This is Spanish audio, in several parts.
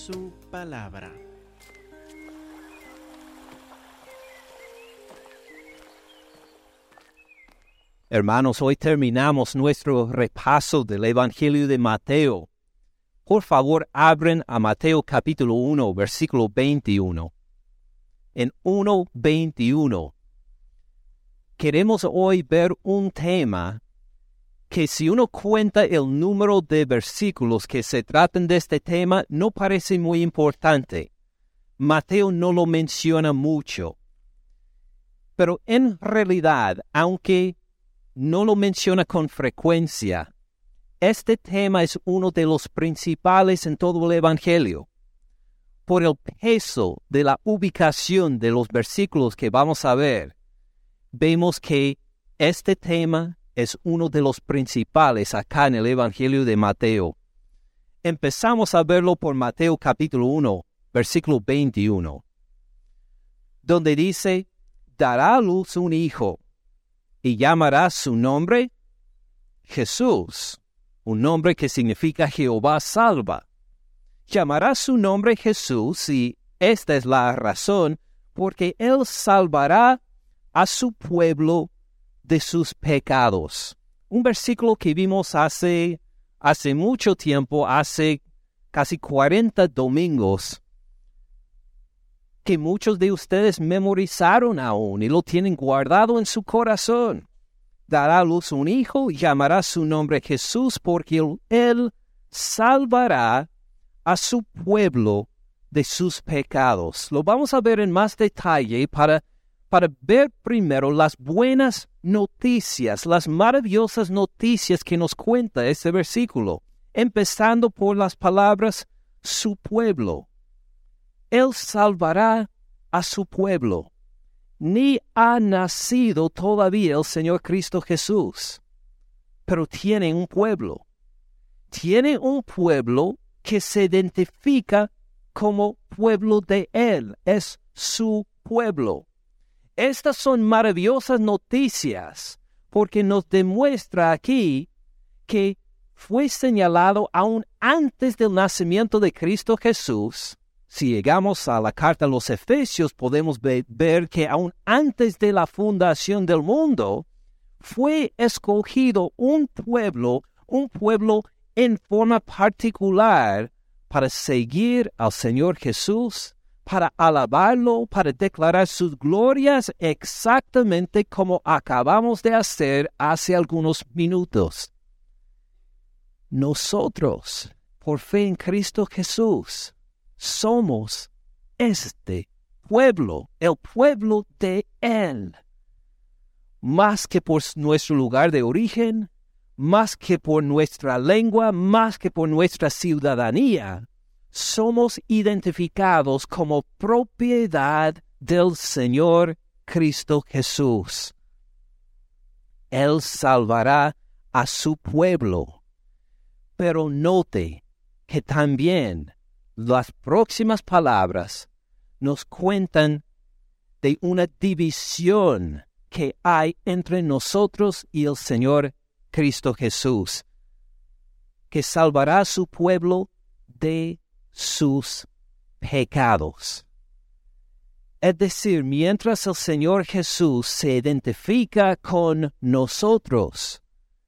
su palabra. Hermanos, hoy terminamos nuestro repaso del Evangelio de Mateo. Por favor, abren a Mateo capítulo 1, versículo 21. En 1:21 queremos hoy ver un tema que si uno cuenta el número de versículos que se tratan de este tema, no parece muy importante. Mateo no lo menciona mucho. Pero en realidad, aunque no lo menciona con frecuencia, este tema es uno de los principales en todo el Evangelio. Por el peso de la ubicación de los versículos que vamos a ver, vemos que este tema es uno de los principales acá en el Evangelio de Mateo. Empezamos a verlo por Mateo capítulo 1, versículo 21, donde dice, dará a luz un hijo, y llamará su nombre Jesús, un nombre que significa Jehová salva. Llamará su nombre Jesús, y esta es la razón, porque él salvará a su pueblo de sus pecados. Un versículo que vimos hace mucho tiempo, hace casi 40 domingos, que muchos de ustedes memorizaron aún y lo tienen guardado en su corazón. Dará a luz un hijo y llamará su nombre Jesús, porque él salvará a su pueblo de sus pecados. Lo vamos a ver en más detalle para ver primero las buenas noticias, las maravillosas noticias que nos cuenta este versículo, empezando por las palabras su pueblo. Él salvará a su pueblo. Ni ha nacido todavía el Señor Cristo Jesús, pero tiene un pueblo. Tiene un pueblo que se identifica como pueblo de Él. Es su pueblo. Estas son maravillosas noticias porque nos demuestra aquí que fue señalado aún antes del nacimiento de Cristo Jesús. Si llegamos a la carta a los Efesios, podemos ver que aún antes de la fundación del mundo, fue escogido un pueblo en forma particular para seguir al Señor Jesús, para alabarlo, para declarar sus glorias exactamente como acabamos de hacer hace algunos minutos. Nosotros, por fe en Cristo Jesús, somos este pueblo, el pueblo de Él. Más que por nuestro lugar de origen, más que por nuestra lengua, más que por nuestra ciudadanía, somos identificados como propiedad del Señor Cristo Jesús. Él salvará a su pueblo. Pero note que también las próximas palabras nos cuentan de una división que hay entre nosotros y el Señor Cristo Jesús, que salvará a su pueblo de sus pecados. Es decir, mientras el Señor Jesús se identifica con nosotros,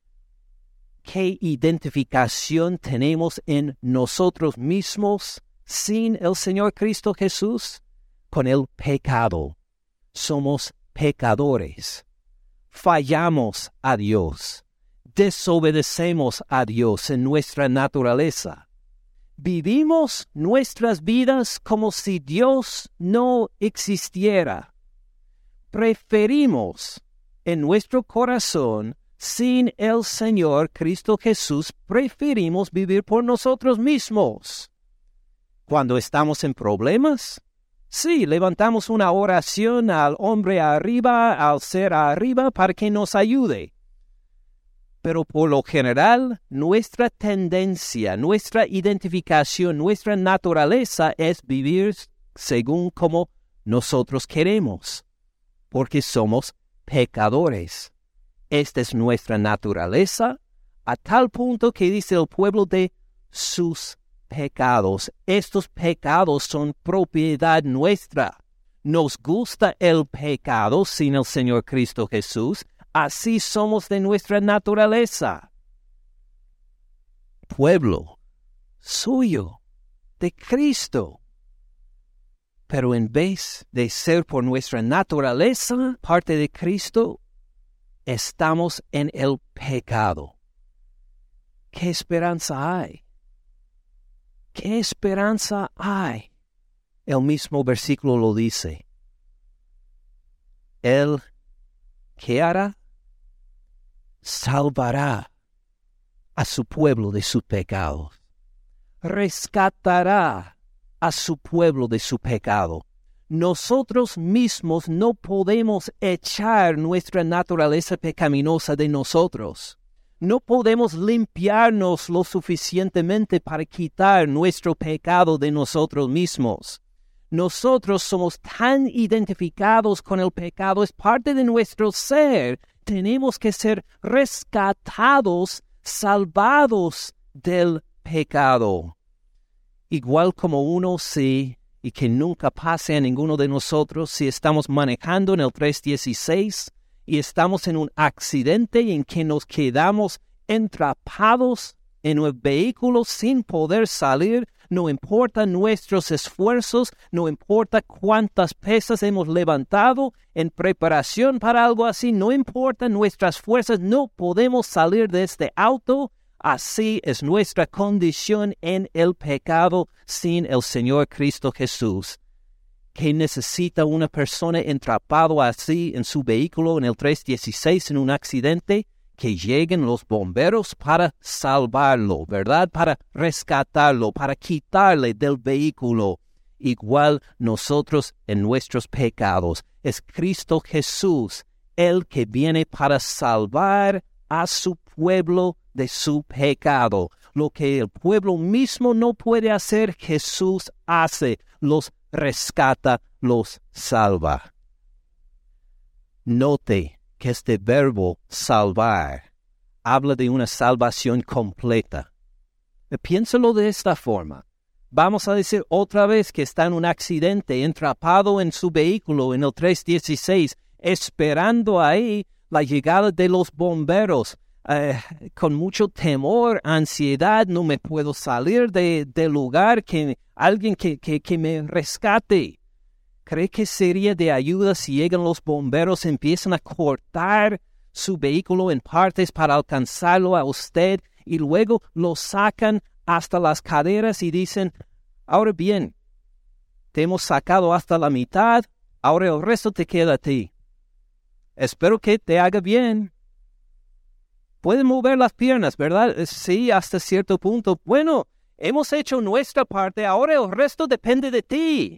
¿qué identificación tenemos en nosotros mismos sin el Señor Cristo Jesús? Con el pecado. Somos pecadores. Fallamos a Dios. Desobedecemos a Dios en nuestra naturaleza. Vivimos nuestras vidas como si Dios no existiera. Preferimos en nuestro corazón, sin el Señor Cristo Jesús, preferimos vivir por nosotros mismos. Cuando estamos en problemas, sí, levantamos una oración al hombre arriba, al ser arriba, para que nos ayude. Pero por lo general, nuestra tendencia, nuestra identificación, nuestra naturaleza es vivir según como nosotros queremos, porque somos pecadores. Esta es nuestra naturaleza, a tal punto que dice el pueblo de sus pecados. Estos pecados son propiedad nuestra. Nos gusta el pecado sin el Señor Cristo Jesús. Así somos de nuestra naturaleza. Pueblo suyo, de Cristo. Pero en vez de ser por nuestra naturaleza parte de Cristo, estamos en el pecado. ¿Qué esperanza hay? ¿Qué esperanza hay? El mismo versículo lo dice. Él, ¿qué hará? Salvará a su pueblo de sus pecados. Rescatará a su pueblo de su pecado. Nosotros mismos no podemos echar nuestra naturaleza pecaminosa de nosotros. No podemos limpiarnos lo suficientemente para quitar nuestro pecado de nosotros mismos. Nosotros somos tan identificados con el pecado, es parte de nuestro ser. Tenemos que ser rescatados, salvados del pecado. Igual como uno sí, y que nunca pase a ninguno de nosotros si estamos manejando en el 316 y estamos en un accidente en que nos quedamos entrapados en el vehículo sin poder salir. No importa nuestros esfuerzos, no importa cuántas pesas hemos levantado en preparación para algo así, no importa nuestras fuerzas, no podemos salir de este auto. Así es nuestra condición en el pecado sin el Señor Cristo Jesús. ¿Qué necesita una persona entrapado así en su vehículo en el 316 en un accidente? Que lleguen los bomberos para salvarlo, ¿verdad? Para rescatarlo, para quitarle del vehículo. Igual nosotros en nuestros pecados. Es Cristo Jesús, el que viene para salvar a su pueblo de su pecado. Lo que el pueblo mismo no puede hacer, Jesús hace. Los rescata, los salva. Note que este verbo salvar habla de una salvación completa. Piénsalo de esta forma. Vamos a decir otra vez que está en un accidente, entrapado en su vehículo en el 316, esperando ahí la llegada de los bomberos. Con mucho temor, ansiedad, no me puedo salir del lugar, alguien que me rescate. ¿Cree que sería de ayuda si llegan los bomberos, empiezan a cortar su vehículo en partes para alcanzarlo a usted y luego lo sacan hasta las caderas y dicen, ahora bien, te hemos sacado hasta la mitad, ahora el resto te queda a ti. Espero que te haga bien. Pueden mover las piernas, ¿verdad? Sí, hasta cierto punto. Bueno, hemos hecho nuestra parte, ahora el resto depende de ti.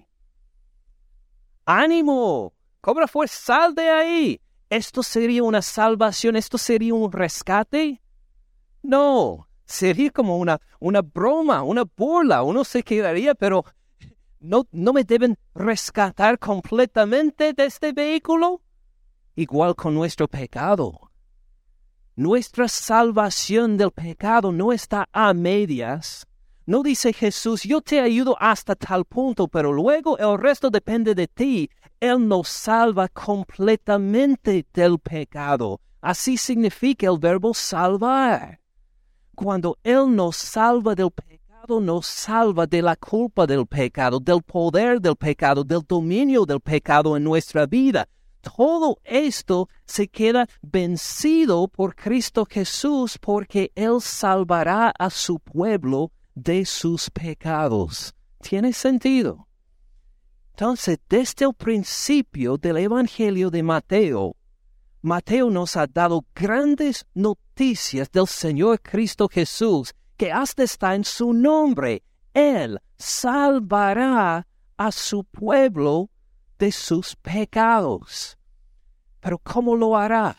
¡Ánimo! ¡Cobra fuerza! ¡Sal de ahí! ¿Esto sería una salvación? ¿Esto sería un rescate? No, sería como una broma, una burla. Uno se quedaría, pero ¿no me deben rescatar completamente de este vehículo? Igual con nuestro pecado. Nuestra salvación del pecado no está a medias. No dice Jesús, yo te ayudo hasta tal punto, pero luego el resto depende de ti. Él nos salva completamente del pecado. Así significa el verbo salvar. Cuando Él nos salva del pecado, nos salva de la culpa del pecado, del poder del pecado, del dominio del pecado en nuestra vida. Todo esto se queda vencido por Cristo Jesús porque Él salvará a su pueblo de sus pecados. ¿Tiene sentido? Entonces, desde el principio del Evangelio de Mateo, Mateo nos ha dado grandes noticias del Señor Cristo Jesús, que hasta está en su nombre. Él salvará a su pueblo de sus pecados. Pero ¿cómo lo hará?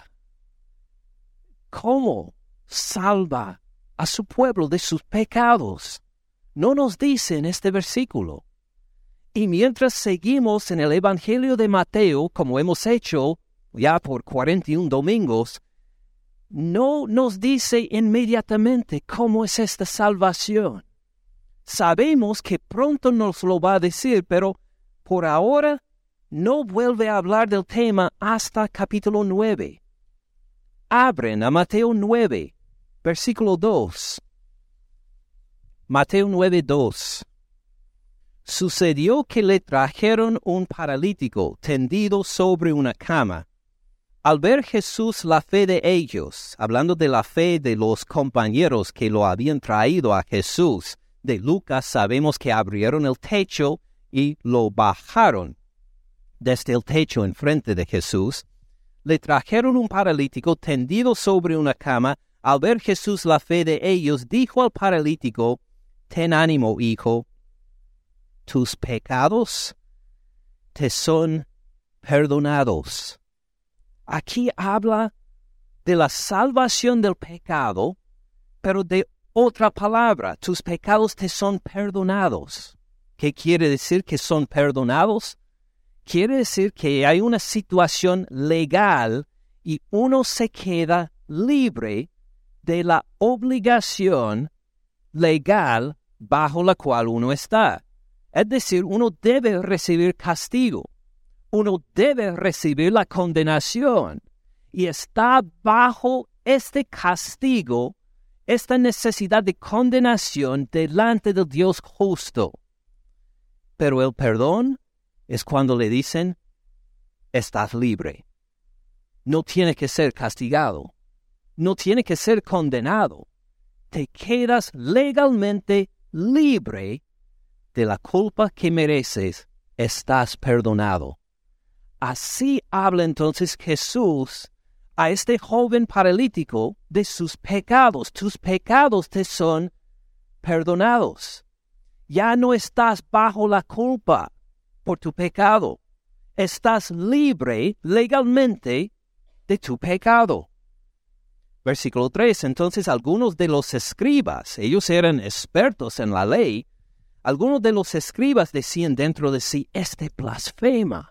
¿Cómo salva a su pueblo de sus pecados? No nos dice en este versículo. Y mientras seguimos en el Evangelio de Mateo, como hemos hecho ya por 41 domingos, no nos dice inmediatamente cómo es esta salvación. Sabemos que pronto nos lo va a decir, pero por ahora no vuelve a hablar del tema hasta capítulo 9. Abren a Mateo 9, versículo 2. Mateo 9, 2. Sucedió que le trajeron un paralítico tendido sobre una cama. Al ver Jesús la fe de ellos, hablando de la fe de los compañeros que lo habían traído a Jesús, de Lucas sabemos que abrieron el techo y lo bajaron desde el techo enfrente de Jesús. Le trajeron un paralítico tendido sobre una cama. Al ver Jesús la fe de ellos, dijo al paralítico, «Ten ánimo, hijo, tus pecados te son perdonados». Aquí habla de la salvación del pecado, pero de otra palabra, tus pecados te son perdonados. ¿Qué quiere decir que son perdonados? Quiere decir que hay una situación legal y uno se queda libre de la obligación legal bajo la cual uno está. Es decir, uno debe recibir castigo. Uno debe recibir la condenación. Y está bajo este castigo, esta necesidad de condenación delante del Dios justo. Pero el perdón es cuando le dicen, estás libre. No tiene que ser castigado. No tiene que ser condenado. Te quedas legalmente libre de la culpa que mereces. Estás perdonado. Así habla entonces Jesús a este joven paralítico de sus pecados. Tus pecados te son perdonados. Ya no estás bajo la culpa por tu pecado. Estás libre legalmente de tu pecado. Versículo 3. Entonces algunos de los escribas, ellos eran expertos en la ley, algunos de los escribas decían dentro de sí, este blasfema.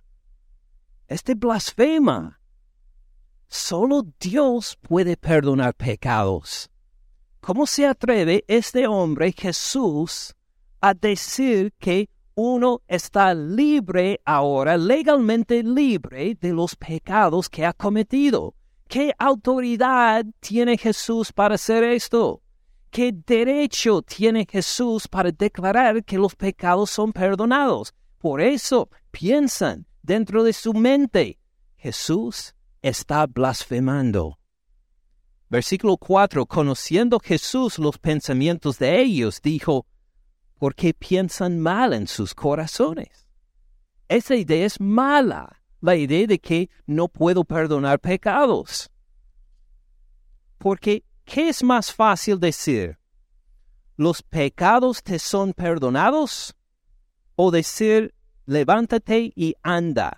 Solo Dios puede perdonar pecados. ¿Cómo se atreve este hombre, Jesús, a decir que uno está libre ahora, legalmente libre de los pecados que ha cometido? ¿Qué autoridad tiene Jesús para hacer esto? ¿Qué derecho tiene Jesús para declarar que los pecados son perdonados? Por eso piensan dentro de su mente, Jesús está blasfemando. Versículo 4, conociendo Jesús los pensamientos de ellos, dijo, ¿por qué piensan mal en sus corazones? Esa idea es mala, la idea de que no puedo perdonar pecados. Porque, ¿qué es más fácil decir? ¿Los pecados te son perdonados? ¿O decir, levántate y anda?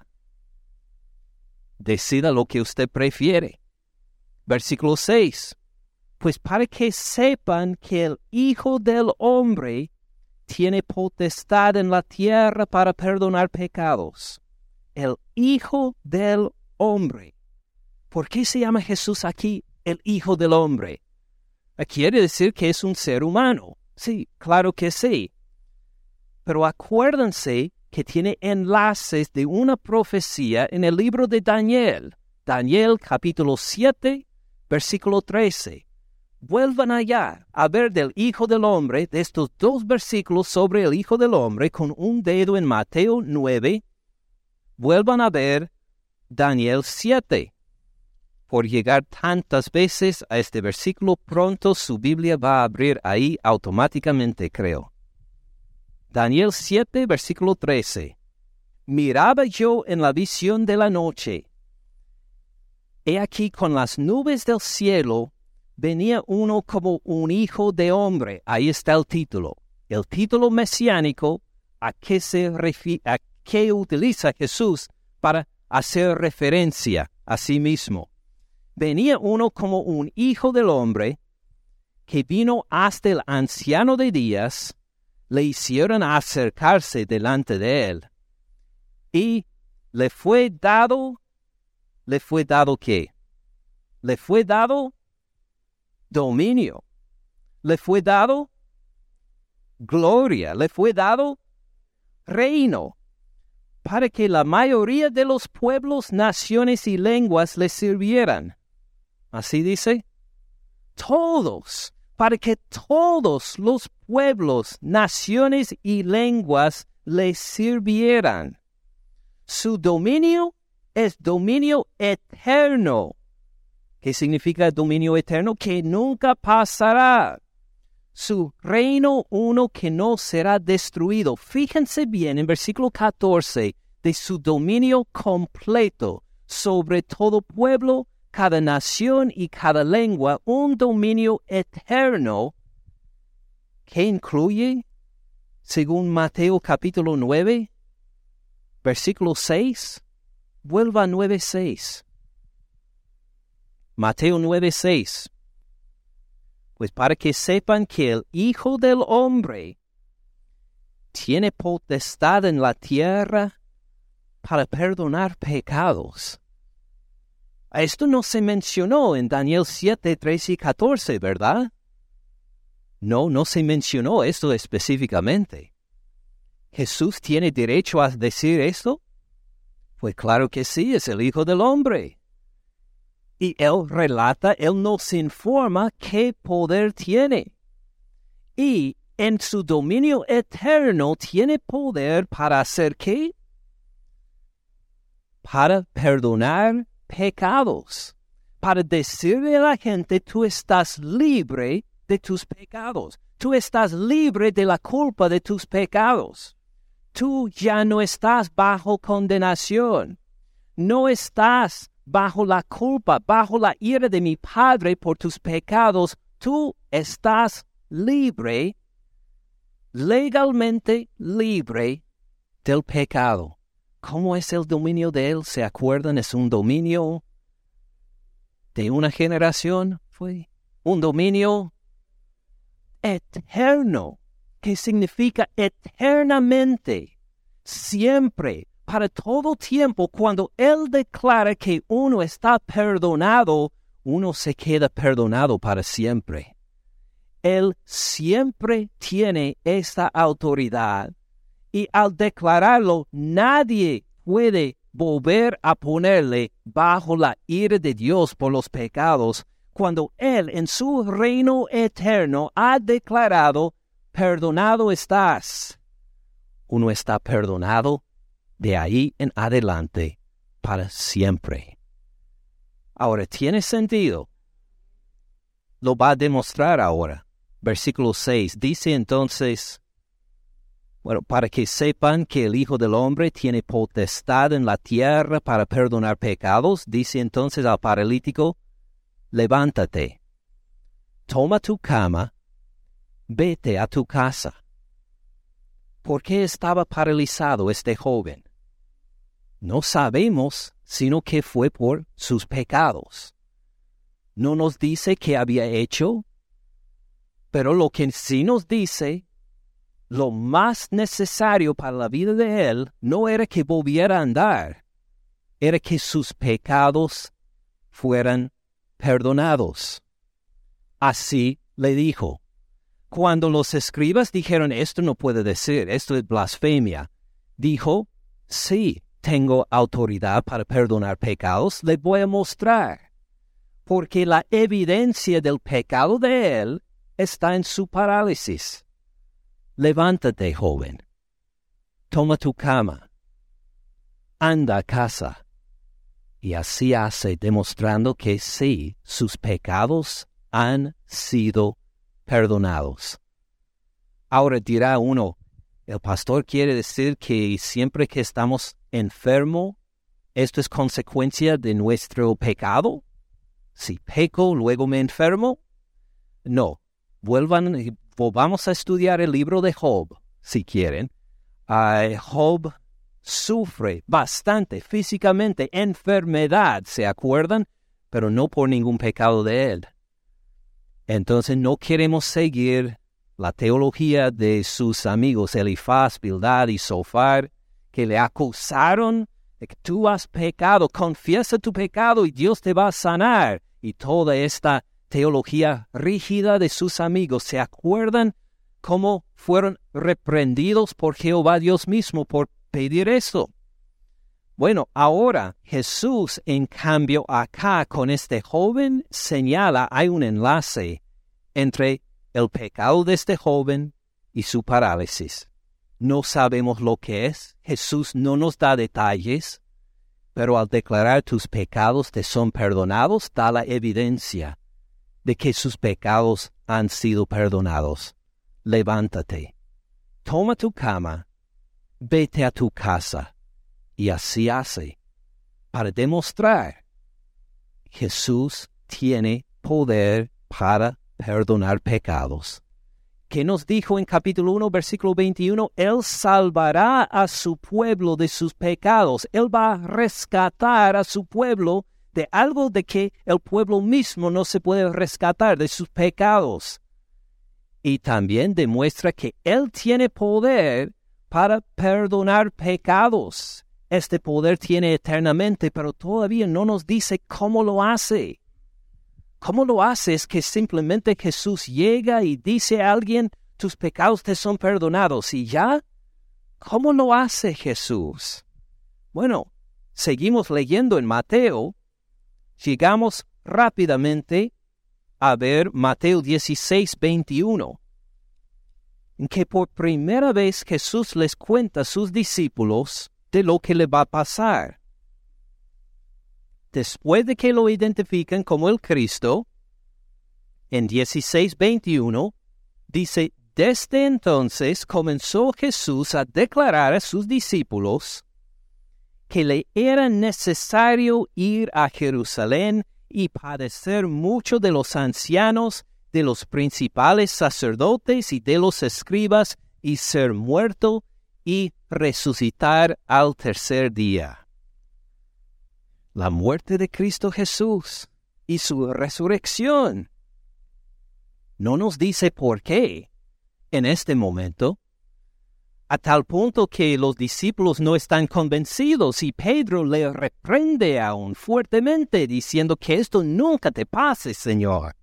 Decida lo que usted prefiere. Versículo 6. Pues para que sepan que el Hijo del Hombre tiene potestad en la tierra para perdonar pecados. El Hijo del Hombre. ¿Por qué se llama Jesús aquí el Hijo del Hombre? Quiere decir que es un ser humano. Sí, claro que sí. Pero acuérdense que tiene enlaces de una profecía en el libro de Daniel. Daniel capítulo 7, versículo 13. Vuelvan allá a ver del Hijo del Hombre, de estos dos versículos sobre el Hijo del Hombre, con un dedo en Mateo 9. Vuelvan a ver Daniel 7. Por llegar tantas veces a este versículo, pronto su Biblia va a abrir ahí automáticamente, creo. Daniel 7, versículo 13. Miraba yo en la visión de la noche. He aquí con las nubes del cielo venía uno como un hijo de hombre. Ahí está el título. El título mesiánico a qué utiliza Jesús para hacer referencia a sí mismo. Venía uno como un hijo del hombre que vino hasta el anciano de días, le hicieron acercarse delante de él. Y le fue dado ¿qué? Le fue dado dominio. Le fue dado gloria, le fue dado reino, para que la mayoría de los pueblos, naciones y lenguas le sirvieran. Así dice, todos, para que todos los pueblos, naciones y lenguas le sirvieran. Su dominio es dominio eterno. ¿Qué significa dominio eterno? Que nunca pasará. Su reino uno que no será destruido. Fíjense bien en versículo 14 de su dominio completo sobre todo pueblo, cada nación y cada lengua, un dominio eterno que incluye, según Mateo capítulo 9, versículo 6, vuelva a 9:6. Mateo 9:6. Pues para que sepan que el Hijo del Hombre tiene potestad en la tierra para perdonar pecados. Esto no se mencionó en Daniel 7, 13 y 14, ¿verdad? No se mencionó esto específicamente. ¿Jesús tiene derecho a decir esto? Pues claro que sí, es el Hijo del Hombre. Y él relata, él nos informa qué poder tiene. Y en su dominio eterno tiene poder para hacer ¿qué? Para perdonar pecados. Para decirle a la gente, tú estás libre de tus pecados. Tú estás libre de la culpa de tus pecados. Tú ya no estás bajo condenación. No estás bajo la culpa, bajo la ira de mi Padre por tus pecados. Tú estás libre, legalmente libre del pecado. ¿Cómo es el dominio de Él? ¿Se acuerdan? Es un dominio de una generación. Fue un dominio eterno. ¿Qué significa eternamente? Siempre. Para todo tiempo, cuando Él declara que uno está perdonado, uno se queda perdonado para siempre. Él siempre tiene esta autoridad y al declararlo, nadie puede volver a ponerle bajo la ira de Dios por los pecados, cuando Él en su reino eterno ha declarado, perdonado estás. Uno está perdonado de ahí en adelante, para siempre. Ahora, ¿tiene sentido? Lo va a demostrar ahora. Versículo 6, dice entonces, para que sepan que el Hijo del Hombre tiene potestad en la tierra para perdonar pecados, dice entonces al paralítico, levántate, toma tu cama, vete a tu casa. ¿Por qué estaba paralizado este joven? No sabemos, sino que fue por sus pecados. No nos dice qué había hecho, pero lo que sí nos dice, lo más necesario para la vida de él no era que volviera a andar, era que sus pecados fueran perdonados. Así le dijo. Cuando los escribas dijeron, esto no puede decir, esto es blasfemia, dijo, sí, tengo autoridad para perdonar pecados, le voy a mostrar. Porque la evidencia del pecado de él está en su parálisis. Levántate, joven. Toma tu cama. Anda a casa. Y así hace, demostrando que sí, sus pecados han sido perdonados. Ahora dirá uno, ¿el pastor quiere decir que siempre que estamos enfermos, esto es consecuencia de nuestro pecado? Si peco, luego me enfermo. No, volvamos a estudiar el libro de Job, si quieren. Job sufre bastante físicamente, enfermedad, ¿se acuerdan? Pero no por ningún pecado de él. Entonces no queremos seguir la teología de sus amigos Elifaz, Bildad y Zofar, que le acusaron de que tú has pecado, confiesa tu pecado y Dios te va a sanar. Y toda esta teología rígida de sus amigos, ¿se acuerdan cómo fueron reprendidos por Jehová Dios mismo por pedir eso. Bueno, ahora Jesús, en cambio, acá con este joven señala, hay un enlace entre el pecado de este joven y su parálisis. No sabemos lo que es, Jesús no nos da detalles, pero al declarar tus pecados te son perdonados, da la evidencia de que sus pecados han sido perdonados. Levántate, toma tu cama, vete a tu casa. Y así hace, para demostrar que Jesús tiene poder para perdonar pecados. ¿Qué nos dijo en capítulo 1, versículo 21? Él salvará a su pueblo de sus pecados. Él va a rescatar a su pueblo de algo de que el pueblo mismo no se puede rescatar, de sus pecados. Y también demuestra que Él tiene poder para perdonar pecados. Este poder tiene eternamente, pero todavía no nos dice cómo lo hace. ¿Cómo lo hace? Es que simplemente Jesús llega y dice a alguien, tus pecados te son perdonados, y ya. ¿Cómo lo hace Jesús? Bueno, seguimos leyendo en Mateo. Llegamos rápidamente a ver Mateo 16, 21. En que por primera vez Jesús les cuenta a sus discípulos de lo que le va a pasar. Después de que lo identifican como el Cristo, en 16:21, dice, desde entonces comenzó Jesús a declarar a sus discípulos que le era necesario ir a Jerusalén y padecer mucho de los ancianos, de los principales sacerdotes y de los escribas, y ser muerto y resucitar al tercer día. La muerte de Cristo Jesús y su resurrección. No nos dice por qué en este momento, a tal punto que los discípulos no están convencidos y Pedro le reprende aún fuertemente diciendo que esto nunca te pase, Señor.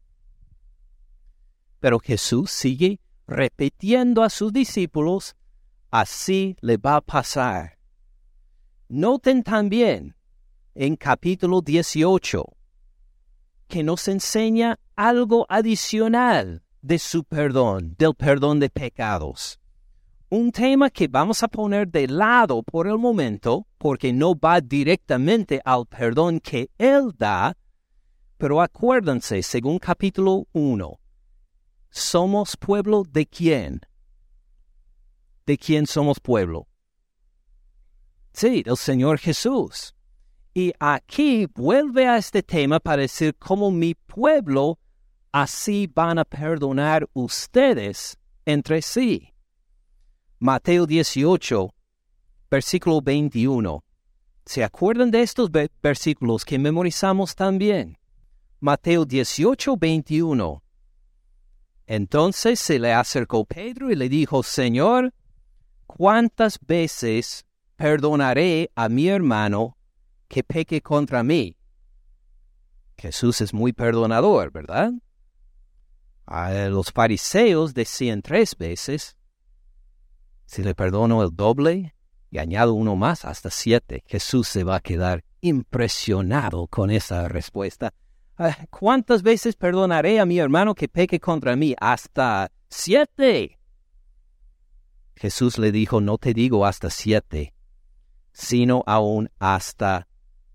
Pero Jesús sigue repitiendo a sus discípulos, así le va a pasar. Noten también en capítulo 18 que nos enseña algo adicional de su perdón, del perdón de pecados. Un tema que vamos a poner de lado por el momento, porque no va directamente al perdón que Él da, pero acuérdense, según capítulo 1, ¿somos pueblo de quién? ¿De quién somos pueblo? Sí, del Señor Jesús. Y aquí vuelve a este tema para decir cómo mi pueblo, así van a perdonar ustedes entre sí. Mateo 18, versículo 21. ¿Se acuerdan de estos versículos que memorizamos también? Mateo 18, 21. Entonces se le acercó Pedro y le dijo, Señor, ¿cuántas veces perdonaré a mi hermano que peque contra mí? Jesús es muy perdonador, ¿verdad? Los fariseos decían 3 veces. Si le perdono el doble y añado uno más, hasta 7. Jesús se va a quedar impresionado con esa respuesta. ¿Cuántas veces perdonaré a mi hermano que peque contra mí? Hasta 7. Jesús le dijo, no te digo hasta 7, sino aún hasta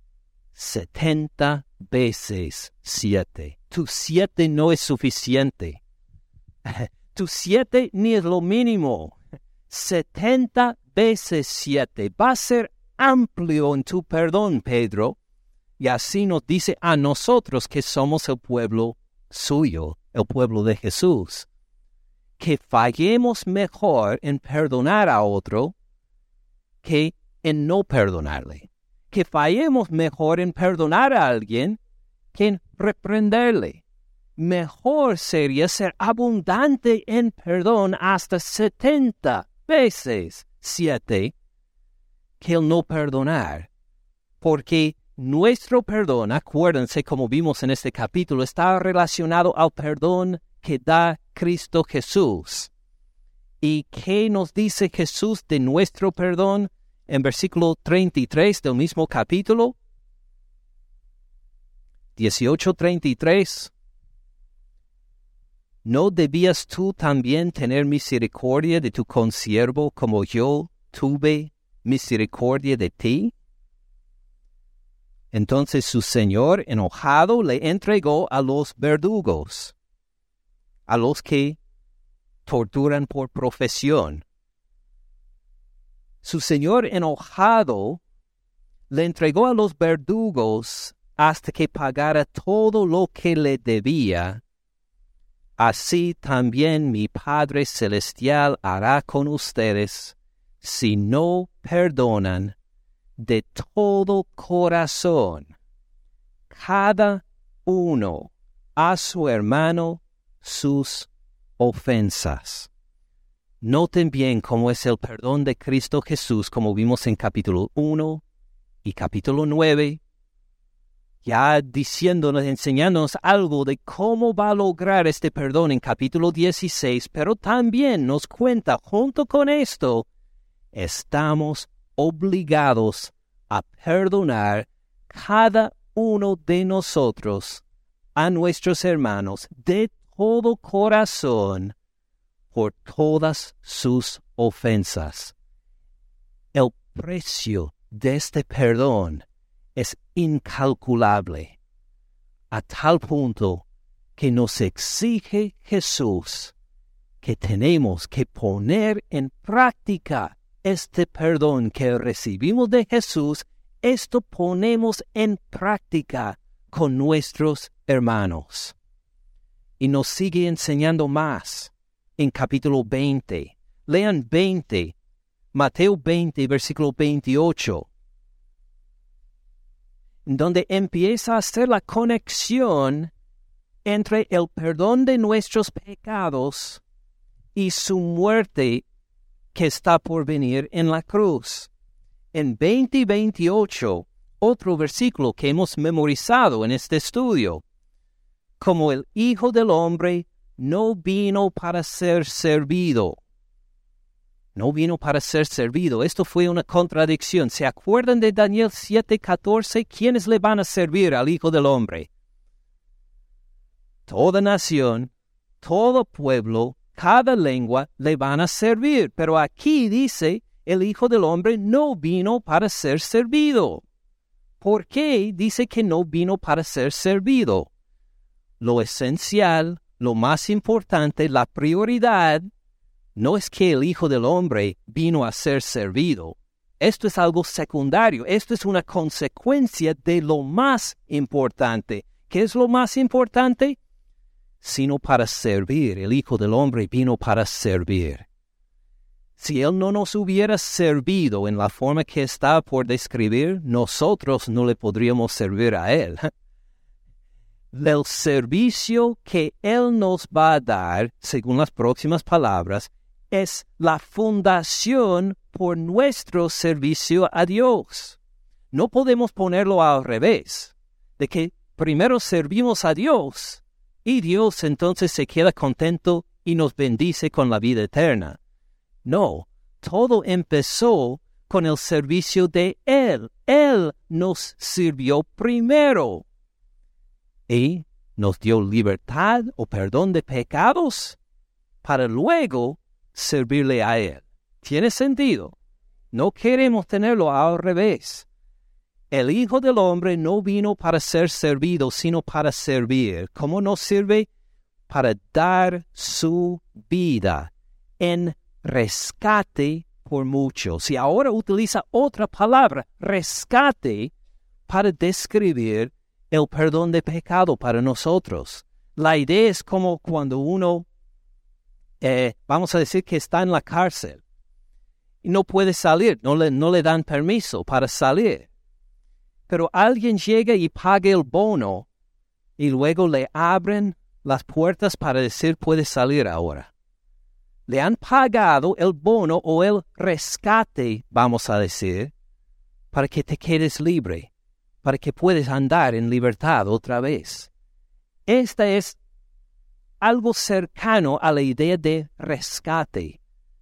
70 veces 7. Tu 7 no es suficiente. Tu 7 ni es lo mínimo. 70 veces 7. Va a ser amplio en tu perdón, Pedro. Y así nos dice a nosotros que somos el pueblo suyo, el pueblo de Jesús, que fallemos mejor en perdonar a otro que en no perdonarle. Que fallemos mejor en perdonar a alguien que en reprenderle. Mejor sería ser abundante en perdón hasta 70 veces 7 que el no perdonar. Porque nuestro perdón, acuérdense como vimos en este capítulo, está relacionado al perdón que da Cristo Jesús. ¿Y qué nos dice Jesús de nuestro perdón en versículo 33 del mismo capítulo? 18:33. ¿No debías tú también tener misericordia de tu consiervo como yo tuve misericordia de ti? Entonces su señor, enojado, le entregó a los verdugos, a los que torturan por profesión. Su señor, enojado, le entregó a los verdugos hasta que pagara todo lo que le debía. Así también mi Padre Celestial hará con ustedes si no perdonan de todo corazón cada uno a su hermano sus ofensas. Noten bien cómo es el perdón de Cristo Jesús, como vimos en capítulo 1 y capítulo 9, ya diciéndonos, enseñándonos algo de cómo va a lograr este perdón en capítulo 16, pero también nos cuenta, junto con esto, estamos obligados a perdonar cada uno de nosotros a nuestros hermanos de todo corazón por todas sus ofensas. El precio de este perdón es incalculable, a tal punto que nos exige Jesús que tenemos que poner en práctica este perdón que recibimos de Jesús. Esto ponemos en práctica con nuestros hermanos. Y nos sigue enseñando más en capítulo 20. Lean 20, Mateo 20, versículo 28. Donde empieza a hacer la conexión entre el perdón de nuestros pecados y su muerte que está por venir en la cruz. En 20 y 28, otro versículo que hemos memorizado en este estudio. Como el Hijo del Hombre no vino para ser servido. No vino para ser servido. Esto fue una contradicción. ¿Se acuerdan de Daniel 7:14? ¿Quiénes le van a servir al Hijo del Hombre? Toda nación, todo pueblo, cada lengua le van a servir. Pero aquí dice, el Hijo del Hombre no vino para ser servido. ¿Por qué dice que no vino para ser servido? Lo esencial, lo más importante, la prioridad, no es que el Hijo del Hombre vino a ser servido. Esto es algo secundario. Esto es una consecuencia de lo más importante. ¿Qué es lo más importante? Sino para servir. El Hijo del Hombre vino para servir. Si Él no nos hubiera servido en la forma que está por describir, nosotros no le podríamos servir a Él. El servicio que Él nos va a dar, según las próximas palabras, es la fundación por nuestro servicio a Dios. No podemos ponerlo al revés, de que primero servimos a Dios y Dios entonces se queda contento y nos bendice con la vida eterna. No, todo empezó con el servicio de Él. Él nos sirvió primero y nos dio libertad o perdón de pecados para luego servirle a Él. ¿Tiene sentido? No queremos tenerlo al revés. El Hijo del Hombre no vino para ser servido, sino para servir. ¿Cómo nos sirve? Para dar su vida en rescate por muchos. Y ahora utiliza otra palabra, rescate, para describir el perdón de pecado para nosotros. La idea es como cuando uno, vamos a decir que está en la cárcel y no puede salir, no le dan permiso para salir. Pero alguien llega y paga el bono y luego le abren las puertas para decir puede salir ahora. Le han pagado el bono o el rescate, vamos a decir, para que te quedes libre, para que puedas andar en libertad otra vez. Esta es algo cercano a la idea de rescate.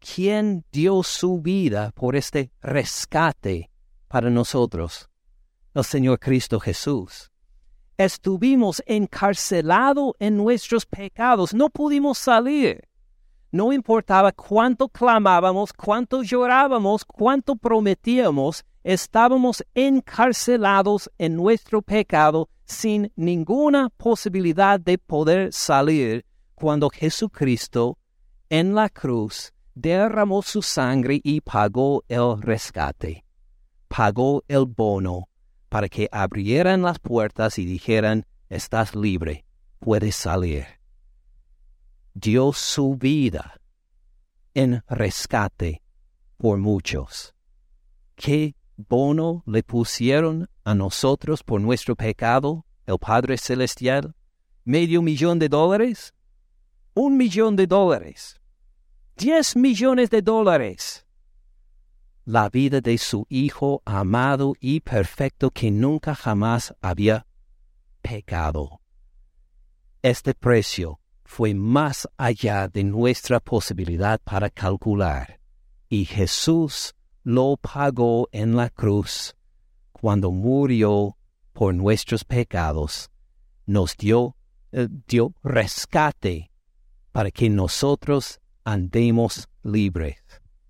quien dio su vida por este rescate para nosotros, el Señor Cristo Jesús. Estuvimos encarcelados en nuestros pecados, no pudimos salir. No importaba cuánto clamábamos, cuánto llorábamos, cuánto prometíamos, estábamos encarcelados en nuestro pecado sin ninguna posibilidad de poder salir cuando Jesucristo en la cruz derramó su sangre y pagó el rescate, pagó el bono para que abrieran las puertas y dijeran, estás libre, puedes salir. Dio su vida en rescate por muchos. ¿Qué bono le pusieron a nosotros por nuestro pecado, el Padre Celestial? $500,000, $1,000,000, $10,000,000. La vida de su Hijo amado y perfecto que nunca jamás había pecado. Este precio fue más allá de nuestra posibilidad para calcular, y Jesús lo pagó en la cruz cuando murió por nuestros pecados. Nos dio rescate para que nosotros andemos libres.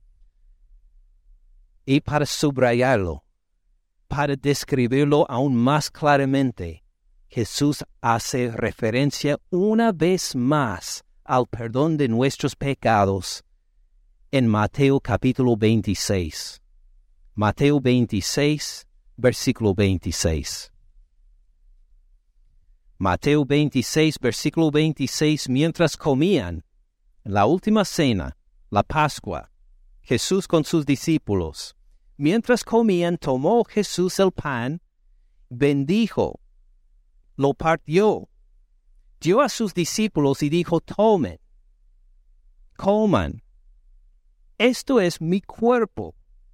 Y para subrayarlo, para describirlo aún más claramente, Jesús hace referencia una vez más al perdón de nuestros pecados en Mateo capítulo 26. Mateo 26, versículo 26. Mateo 26, versículo 26, mientras comían la última cena, la Pascua, Jesús con sus discípulos, mientras comían, tomó Jesús el pan, bendijo, lo partió, dio a sus discípulos y dijo, tomen, coman, esto es mi cuerpo.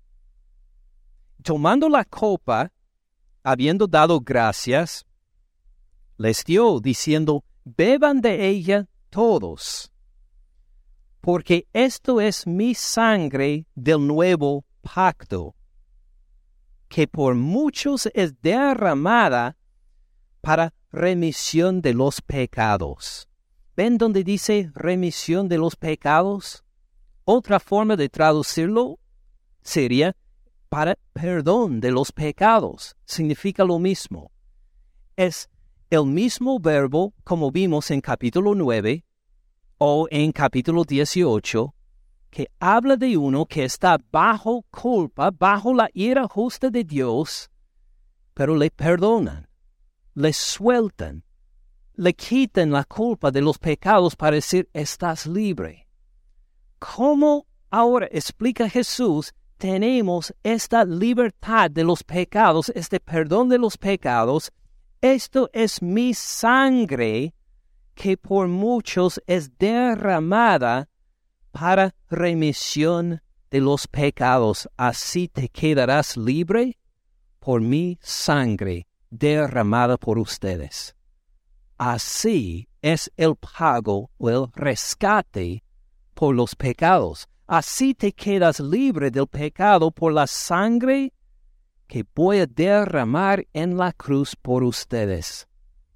Tomando la copa, habiendo dado gracias, les dio, diciendo, beban de ella todos, porque esto es mi sangre del nuevo pacto, que por muchos es derramada para remisión de los pecados. ¿Ven donde dice remisión de los pecados? Otra forma de traducirlo sería para perdón de los pecados. Significa lo mismo. Es el mismo verbo como vimos en capítulo 9 o en capítulo 18, que habla de uno que está bajo culpa, bajo la ira justa de Dios, pero le perdonan, le sueltan, le quitan la culpa de los pecados para decir, estás libre. ¿Cómo ahora, explica Jesús, tenemos esta libertad de los pecados, este perdón de los pecados? Esto es mi sangre que por muchos es derramada para remisión de los pecados. Así te quedarás libre por mi sangre derramada por ustedes. Así es el pago o el rescate por los pecados. Así te quedas libre del pecado por la sangre que voy a derramar en la cruz por ustedes.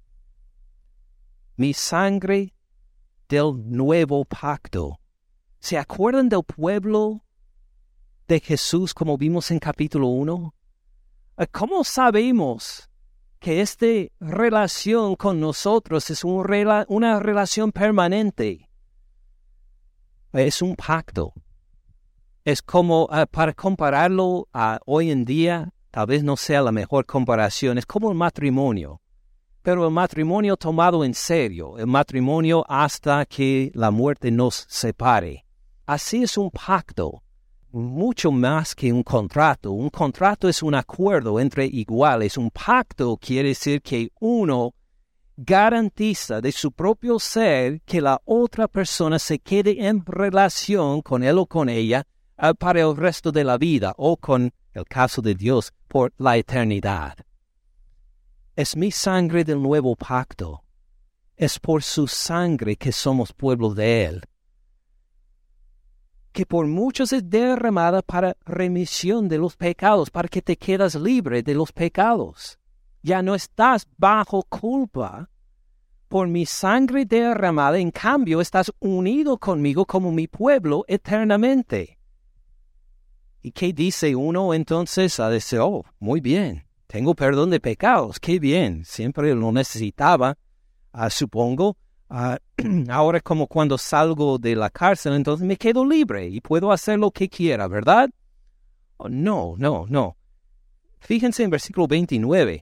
Mi sangre del nuevo pacto. ¿Se acuerdan del pueblo de Jesús como vimos en capítulo 1? ¿Cómo sabemos que esta relación con nosotros es una relación permanente? Es un pacto. Es como, para compararlo a hoy en día, tal vez no sea la mejor comparación, es como el matrimonio. Pero el matrimonio tomado en serio, el matrimonio hasta que la muerte nos separe. Así es un pacto, mucho más que un contrato. Un contrato es un acuerdo entre iguales. Un pacto quiere decir que uno garantiza de su propio ser que la otra persona se quede en relación con él o con ella para el resto de la vida, o con el caso de Dios, por la eternidad. Es mi sangre del nuevo pacto. Es por su sangre que somos pueblo de Él. que por muchos es derramada para remisión de los pecados, para que te quedas libre de los pecados. Ya no estás bajo culpa por mi sangre derramada, en cambio estás unido conmigo como mi pueblo eternamente. ¿Y qué dice uno entonces? A decir, oh, muy bien, tengo perdón de pecados, qué bien, siempre lo necesitaba, supongo. Ahora como cuando salgo de la cárcel, entonces me quedo libre y puedo hacer lo que quiera, ¿verdad? Oh, no. Fíjense en versículo 29.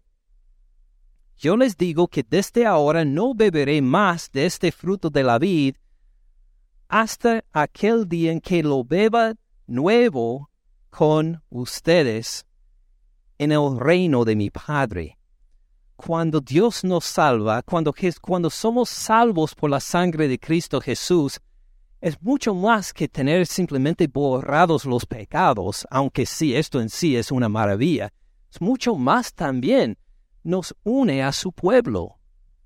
Yo les digo que desde ahora no beberé más de este fruto de la vid hasta aquel día en que lo beba nuevo con ustedes en el reino de mi Padre. Cuando Dios nos salva, cuando somos salvos por la sangre de Cristo Jesús, es mucho más que tener simplemente borrados los pecados, aunque sí, esto en sí es una maravilla. Es mucho más también. Nos une a su pueblo.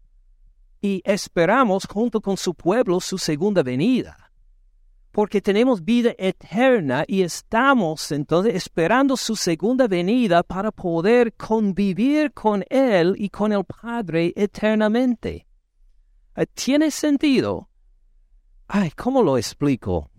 Y esperamos junto con su pueblo su segunda venida. Porque tenemos vida eterna y estamos entonces esperando su segunda venida para poder convivir con Él y con el Padre eternamente. ¿Tiene sentido? Ay, ¿cómo lo explico?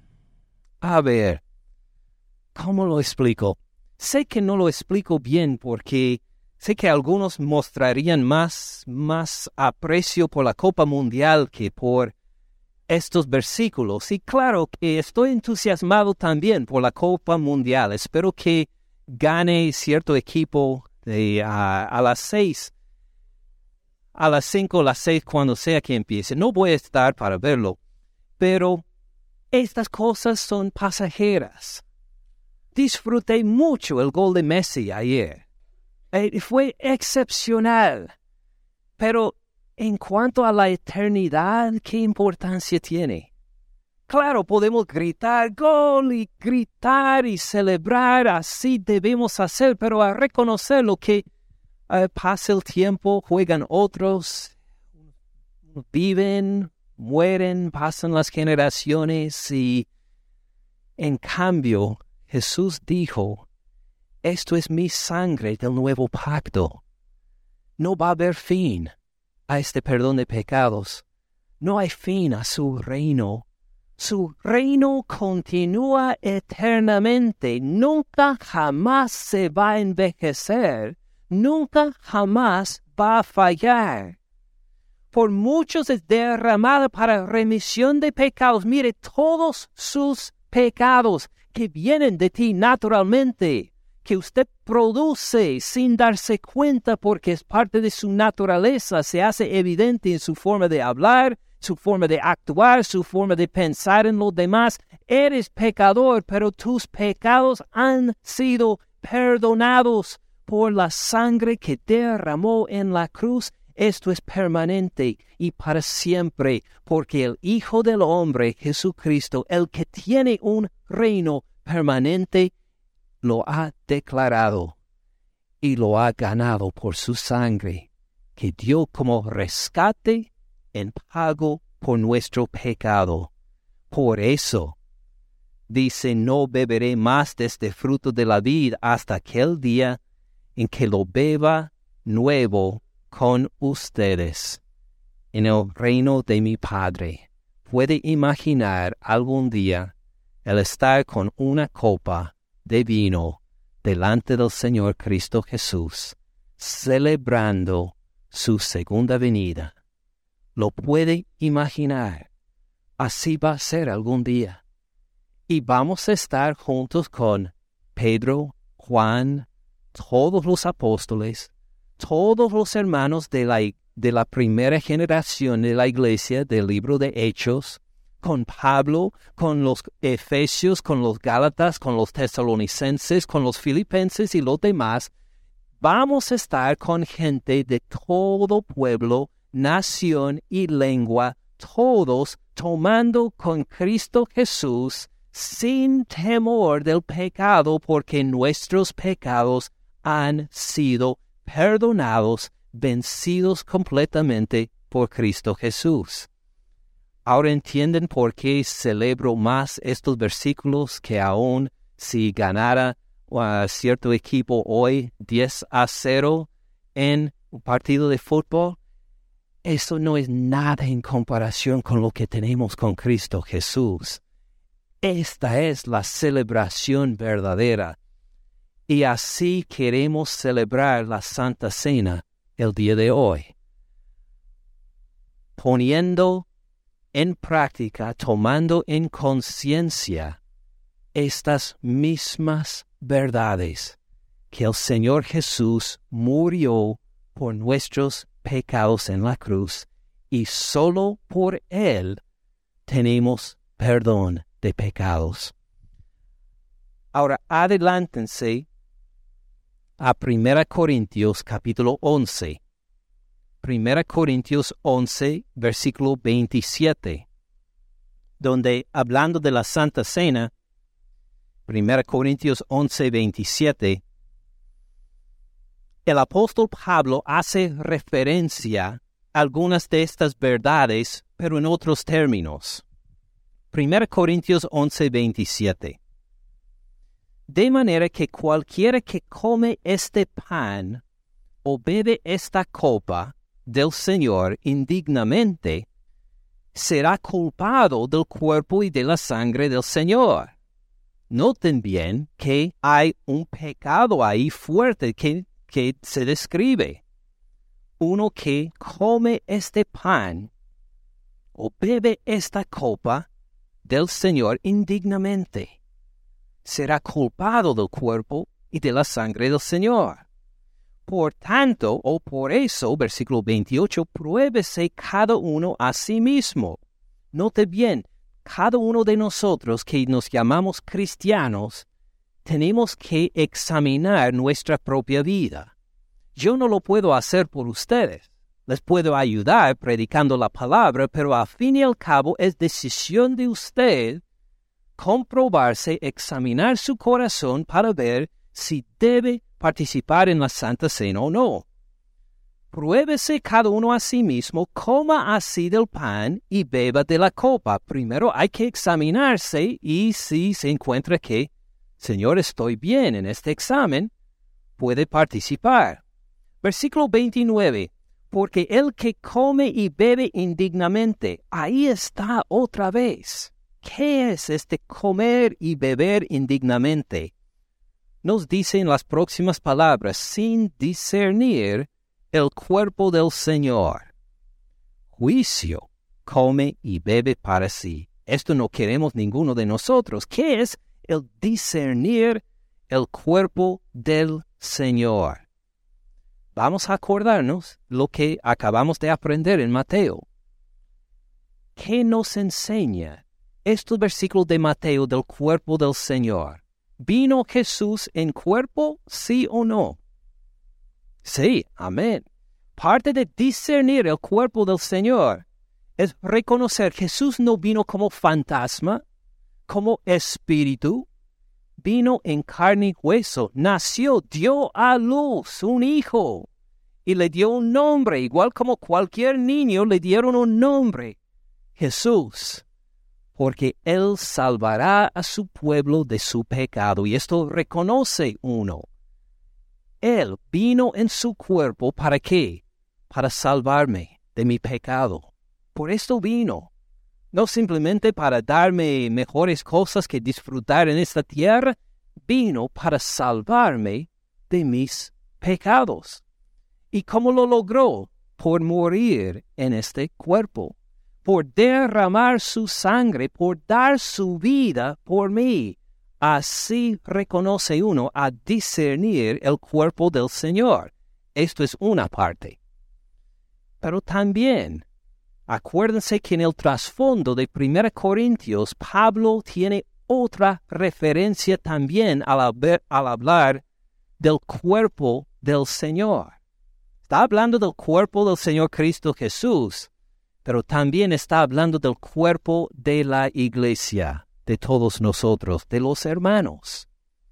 A ver, ¿cómo lo explico? Sé que no lo explico bien porque sé que algunos mostrarían más aprecio por la Copa Mundial que por estos versículos. Y claro que estoy entusiasmado también por la Copa Mundial. Espero que gane cierto equipo a las 6, a las 5 o las 6, cuando sea que empiece. No voy a estar para verlo, pero estas cosas son pasajeras. Disfruté mucho el gol de Messi ayer. Fue excepcional. Pero en cuanto a la eternidad, ¿qué importancia tiene? Claro, podemos gritar gol y gritar y celebrar, así debemos hacer, pero a reconocer lo que pasa el tiempo, juegan otros, viven, mueren, pasan las generaciones y en cambio Jesús dijo, esto es mi sangre del nuevo pacto. No va a haber fin a este perdón de pecados. No hay fin a su reino. Su reino continúa eternamente. Nunca jamás se va a envejecer. Nunca jamás va a fallar. Por muchos es derramada para remisión de pecados. Mire, todos sus pecados que vienen de ti naturalmente, que usted produce sin darse cuenta porque es parte de su naturaleza, se hace evidente en su forma de hablar, su forma de actuar, su forma de pensar en los demás. Eres pecador, pero tus pecados han sido perdonados por la sangre que derramó en la cruz. Esto es permanente y para siempre, porque el Hijo del Hombre, Jesucristo, el que tiene un reino permanente, lo ha declarado y lo ha ganado por su sangre, que dio como rescate en pago por nuestro pecado. Por eso, dice, no beberé más de este fruto de la vid hasta aquel día en que lo beba nuevo con ustedes en el reino de mi Padre. ¿Puede imaginar algún día el estar con una copa de vino delante del Señor Cristo Jesús, celebrando su segunda venida? ¿Lo puede imaginar? Así va a ser algún día. Y vamos a estar juntos con Pedro, Juan, todos los apóstoles, todos los hermanos de la primera generación de la iglesia del libro de Hechos, con Pablo, con los Efesios, con los Gálatas, con los Tesalonicenses, con los Filipenses y los demás. Vamos a estar con gente de todo pueblo, nación y lengua, todos tomando con Cristo Jesús sin temor del pecado, porque nuestros pecados han sido perdonados, vencidos completamente por Cristo Jesús. Ahora entienden por qué celebro más estos versículos que aún si ganara cierto equipo hoy 10-0 en un partido de fútbol. Eso no es nada en comparación con lo que tenemos con Cristo Jesús. Esta es la celebración verdadera. Y así queremos celebrar la Santa Cena el día de hoy. Poniendo en práctica, tomando en conciencia estas mismas verdades, que el Señor Jesús murió por nuestros pecados en la cruz y solo por Él tenemos perdón de pecados. Ahora, adelántense a 1 Corintios capítulo 11. 1 Corintios 11, versículo 27, donde, hablando de la Santa Cena, 1 Corintios 11, 27, el apóstol Pablo hace referencia a algunas de estas verdades, pero en otros términos. 1 Corintios 11, 27. De manera que cualquiera que come este pan o bebe esta copa del Señor indignamente, será culpado del cuerpo y de la sangre del Señor. Noten bien que hay un pecado ahí fuerte que se describe. Uno que come este pan o bebe esta copa del Señor indignamente, será culpado del cuerpo y de la sangre del Señor. Por tanto, o por eso, versículo 28, pruébese cada uno a sí mismo. Note bien, cada uno de nosotros que nos llamamos cristianos, tenemos que examinar nuestra propia vida. Yo no lo puedo hacer por ustedes. Les puedo ayudar predicando la palabra, pero al fin y al cabo es decisión de usted comprobarse, examinar su corazón para ver si debe participar en la Santa Cena o no. Pruébese cada uno a sí mismo, coma así del pan y beba de la copa. Primero hay que examinarse y si se encuentra que, Señor, estoy bien en este examen, puede participar. Versículo 29. Porque el que come y bebe indignamente, ahí está otra vez. ¿Qué es este comer y beber indignamente? Nos dice en las próximas palabras, sin discernir el cuerpo del Señor. Juicio, come y bebe para sí. Esto no queremos ninguno de nosotros. ¿Qué es el discernir el cuerpo del Señor? Vamos a acordarnos lo que acabamos de aprender en Mateo. ¿Qué nos enseña estos versículos de Mateo del cuerpo del Señor? ¿Vino Jesús en cuerpo, sí o no? Sí, amén. Parte de discernir el cuerpo del Señor es reconocer que Jesús no vino como fantasma, como espíritu, vino en carne y hueso, nació, dio a luz un hijo y le dio un nombre, igual como cualquier niño le dieron un nombre, Jesús. Porque Él salvará a su pueblo de su pecado. Y esto reconoce uno. Él vino en su cuerpo, ¿para qué? Para salvarme de mi pecado. Por esto vino. No simplemente para darme mejores cosas que disfrutar en esta tierra. Vino para salvarme de mis pecados. ¿Y cómo lo logró? Por morir en este cuerpo. Por derramar su sangre, por dar su vida por mí. Así reconoce uno a discernir el cuerpo del Señor. Esto es una parte. Pero también, acuérdense que en el trasfondo de 1 Corintios, Pablo tiene otra referencia también al hablar del cuerpo del Señor. Está hablando del cuerpo del Señor Cristo Jesús, pero también está hablando del cuerpo de la iglesia, de todos nosotros, de los hermanos.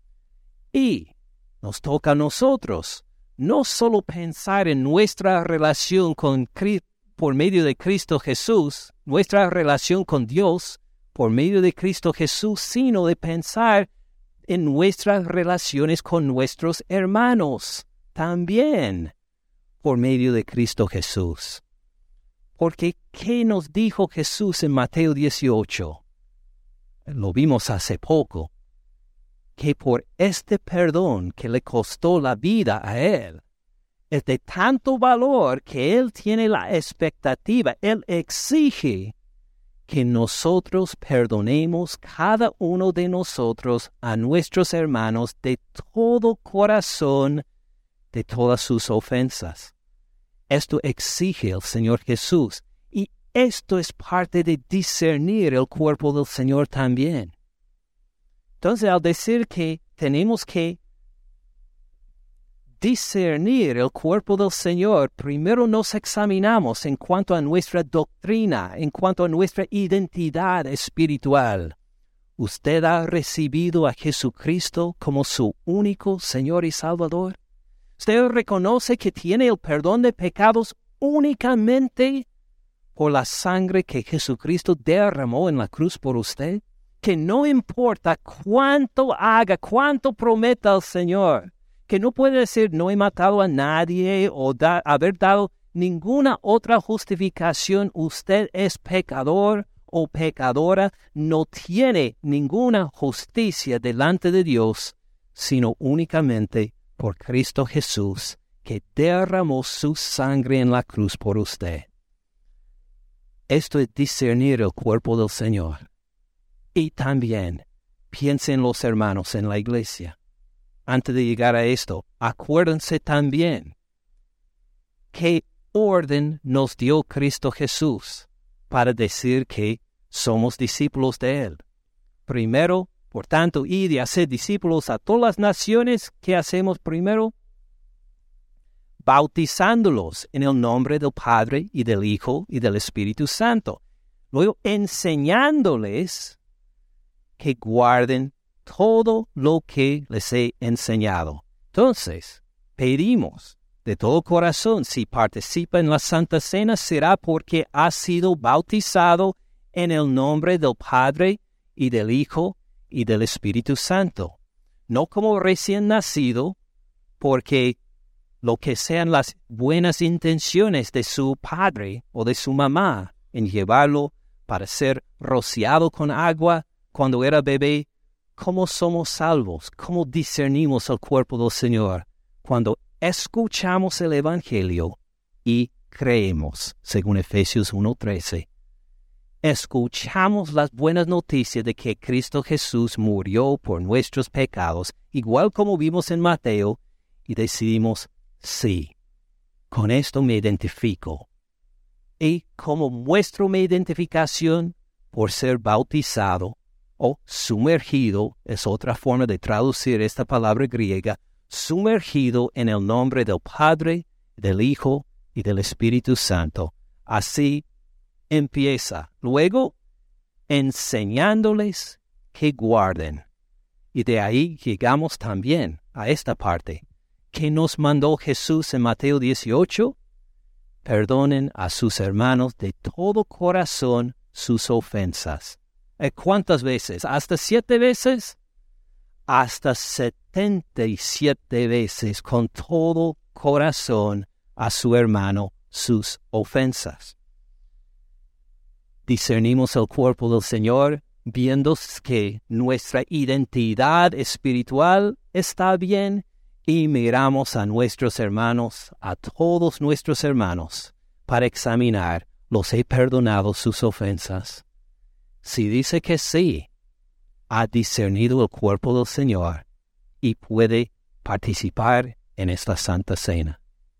Y nos toca a nosotros no solo pensar en nuestra relación con Cristo, por medio de Cristo Jesús, nuestra relación con Dios por medio de Cristo Jesús, sino de pensar en nuestras relaciones con nuestros hermanos también por medio de Cristo Jesús. Porque, ¿qué nos dijo Jesús en Mateo 18? Lo vimos hace poco. Que por este perdón que le costó la vida a Él, es de tanto valor que Él tiene la expectativa, Él exige que nosotros perdonemos cada uno de nosotros a nuestros hermanos de todo corazón, de todas sus ofensas. Esto exige el Señor Jesús, y esto es parte de discernir el cuerpo del Señor también. Entonces, al decir que tenemos que discernir el cuerpo del Señor, primero nos examinamos en cuanto a nuestra doctrina, en cuanto a nuestra identidad espiritual. ¿Usted ha recibido a Jesucristo como su único Señor y Salvador? ¿Usted reconoce que tiene el perdón de pecados únicamente por la sangre que Jesucristo derramó en la cruz por usted? Que no importa cuánto haga, cuánto prometa el Señor, que no puede decir no he matado a nadie o haber dado ninguna otra justificación, usted es pecador o pecadora, no tiene ninguna justicia delante de Dios, sino únicamente por Cristo Jesús, que derramó su sangre en la cruz por usted. Esto es discernir el cuerpo del Señor. Y también piensen los hermanos en la iglesia. Antes de llegar a esto, acuérdense también qué orden nos dio Cristo Jesús para decir que somos discípulos de Él. Primero, por tanto, id y haced discípulos a todas las naciones. ¿Qué hacemos primero? Bautizándolos en el nombre del Padre y del Hijo y del Espíritu Santo. Luego, enseñándoles que guarden todo lo que les he enseñado. Entonces, pedimos de todo corazón, si participa en la Santa Cena, será porque ha sido bautizado en el nombre del Padre y del Hijo y del Espíritu Santo. No como recién nacido, porque lo que sean las buenas intenciones de su padre o de su mamá en llevarlo para ser rociado con agua cuando era bebé. ¿Cómo somos salvos? ¿Cómo discernimos el cuerpo del Señor? Cuando escuchamos el Evangelio y creemos, según Efesios 1:13. Escuchamos las buenas noticias de que Cristo Jesús murió por nuestros pecados, igual como vimos en Mateo, y decidimos, sí, con esto me identifico. Y como muestro mi identificación por ser bautizado, o sumergido, es otra forma de traducir esta palabra griega, sumergido en el nombre del Padre, del Hijo y del Espíritu Santo. Así empieza. Luego, enseñándoles que guarden. Y de ahí llegamos también a esta parte. ¿Qué nos mandó Jesús en Mateo 18? Perdonen a sus hermanos de todo corazón sus ofensas. ¿Cuántas veces? ¿Hasta 7 veces? Hasta 77 veces con todo corazón a su hermano sus ofensas. Discernimos el cuerpo del Señor, viendo que nuestra identidad espiritual está bien, y miramos a nuestros hermanos, a todos nuestros hermanos, para examinar, ¿los he perdonado sus ofensas? Si dice que sí, ha discernido el cuerpo del Señor y puede participar en esta Santa Cena.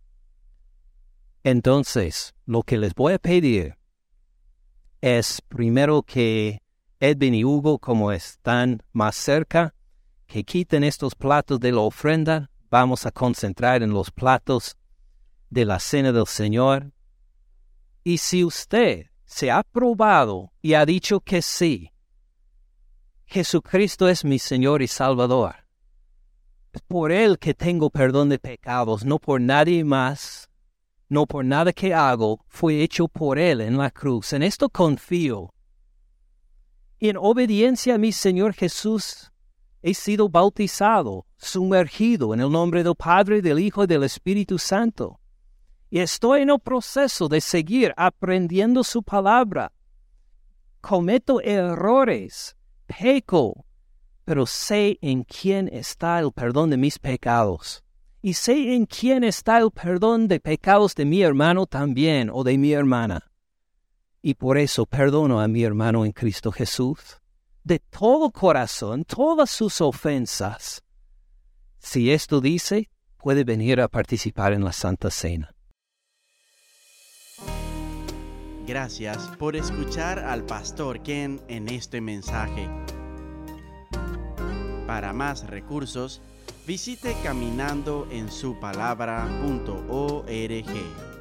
Entonces, lo que les voy a pedir es primero que Edwin y Hugo, como están más cerca, que quiten estos platos de la ofrenda. Vamos a concentrar en los platos de la Cena del Señor. Y si usted se ha probado y ha dicho que sí, Jesucristo es mi Señor y Salvador, es por Él que tengo perdón de pecados, no por nadie más, no por nada que hago, fue hecho por Él en la cruz. En esto confío. Y en obediencia a mi Señor Jesús, he sido bautizado, sumergido en el nombre del Padre, del Hijo y del Espíritu Santo. Y estoy en el proceso de seguir aprendiendo su palabra. Cometo errores, peco, pero sé en quién está el perdón de mis pecados. Y sé en quién está el perdón de pecados de mi hermano también, o de mi hermana. Y por eso perdono a mi hermano en Cristo Jesús, de todo corazón, todas sus ofensas. Si esto dice, puede venir a participar en la Santa Cena. Gracias por escuchar al Pastor Ken en este mensaje. Para más recursos, visite caminandoensupalabra.org.